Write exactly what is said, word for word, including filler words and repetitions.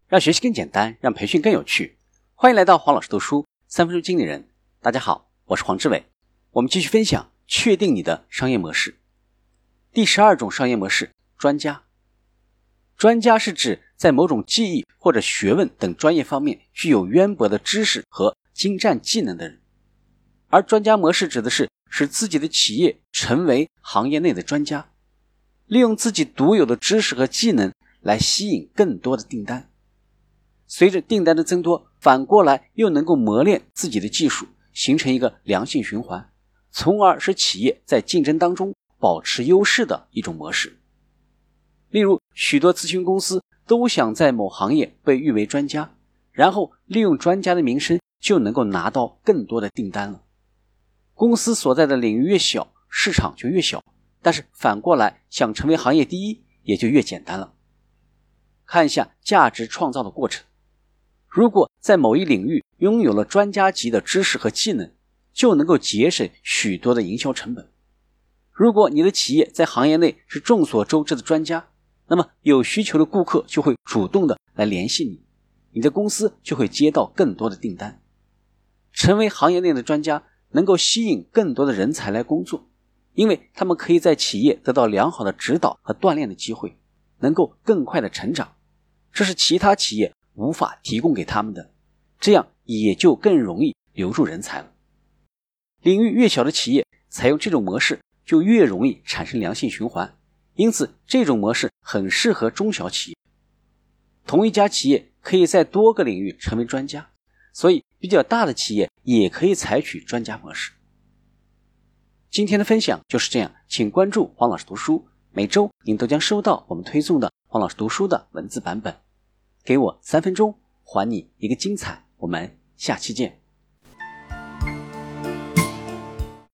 让学习更简单，让培训更有趣。欢迎来到黄老师读书三分钟经理人。大家好，我是黄志伟。我们继续分享确定你的商业模式。第十二种商业模式，专家。专家是指在某种技艺或者学问等专业方面具有渊博的知识和精湛技能的人。而专家模式指的是使自己的企业成为行业内的专家，利用自己独有的知识和技能来吸引更多的订单。随着订单的增多，反过来又能够磨练自己的技术，形成一个良性循环，从而使企业在竞争当中保持优势的一种模式。例如，许多咨询公司都想在某行业被誉为专家，然后利用专家的名声就能够拿到更多的订单了。公司所在的领域越小，市场就越小，但是反过来想成为行业第一也就越简单了。看一下价值创造的过程。如果在某一领域拥有了专家级的知识和技能，就能够节省许多的营销成本。如果你的企业在行业内是众所周知的专家，那么有需求的顾客就会主动的来联系你，你的公司就会接到更多的订单。成为行业内的专家能够吸引更多的人才来工作，因为他们可以在企业得到良好的指导和锻炼的机会，能够更快的成长，这是其他企业无法提供给他们的，这样也就更容易留住人才了。领域越小的企业采用这种模式就越容易产生良性循环，因此这种模式很适合中小企业。同一家企业可以在多个领域成为专家，所以比较大的企业也可以采取专家模式。今天的分享就是这样，请关注黄老师读书，每周您都将收到我们推送的黄老师读书的文字版本。给我三分钟，还你一个精彩，我们下期见。